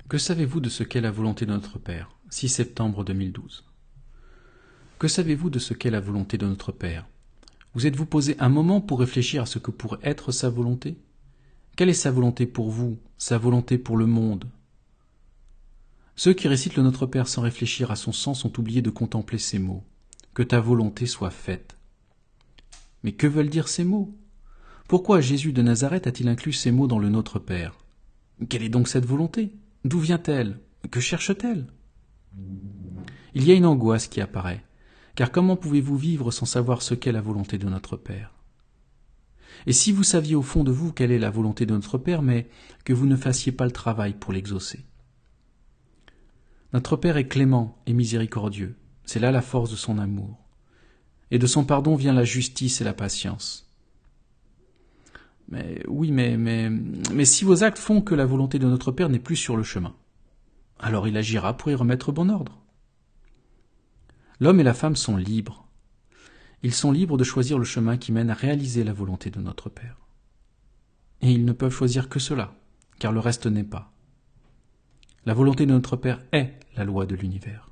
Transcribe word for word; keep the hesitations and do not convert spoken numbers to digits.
Que savez-vous de ce qu'est la volonté de notre Père? six septembre deux mille douze. Que savez-vous de ce qu'est la volonté de notre Père? Vous êtes-vous posé un moment pour réfléchir à ce que pourrait être sa volonté? Quelle est sa volonté pour vous, sa volonté pour le monde? Ceux qui récitent le Notre Père sans réfléchir à son sens ont oublié de contempler ces mots. Que ta volonté soit faite. Mais que veulent dire ces mots? Pourquoi Jésus de Nazareth a-t-il inclus ces mots dans le Notre Père? Quelle est donc cette volonté? D'où vient-elle? Que cherche-t-elle? Il y a une angoisse qui apparaît, car comment pouvez-vous vivre sans savoir ce qu'est la volonté de notre Père? Et si vous saviez au fond de vous quelle est la volonté de notre Père, mais que vous ne fassiez pas le travail pour l'exaucer? Notre Père est clément et miséricordieux, c'est là la force de son amour. Et de son pardon vient la justice et la patience. Mais oui, mais, mais, mais si vos actes font que la volonté de notre Père n'est plus sur le chemin, alors il agira pour y remettre bon ordre. L'homme et la femme sont libres. Ils sont libres de choisir le chemin qui mène à réaliser la volonté de notre Père. Et ils ne peuvent choisir que cela, car le reste n'est pas. La volonté de notre Père est la loi de l'univers.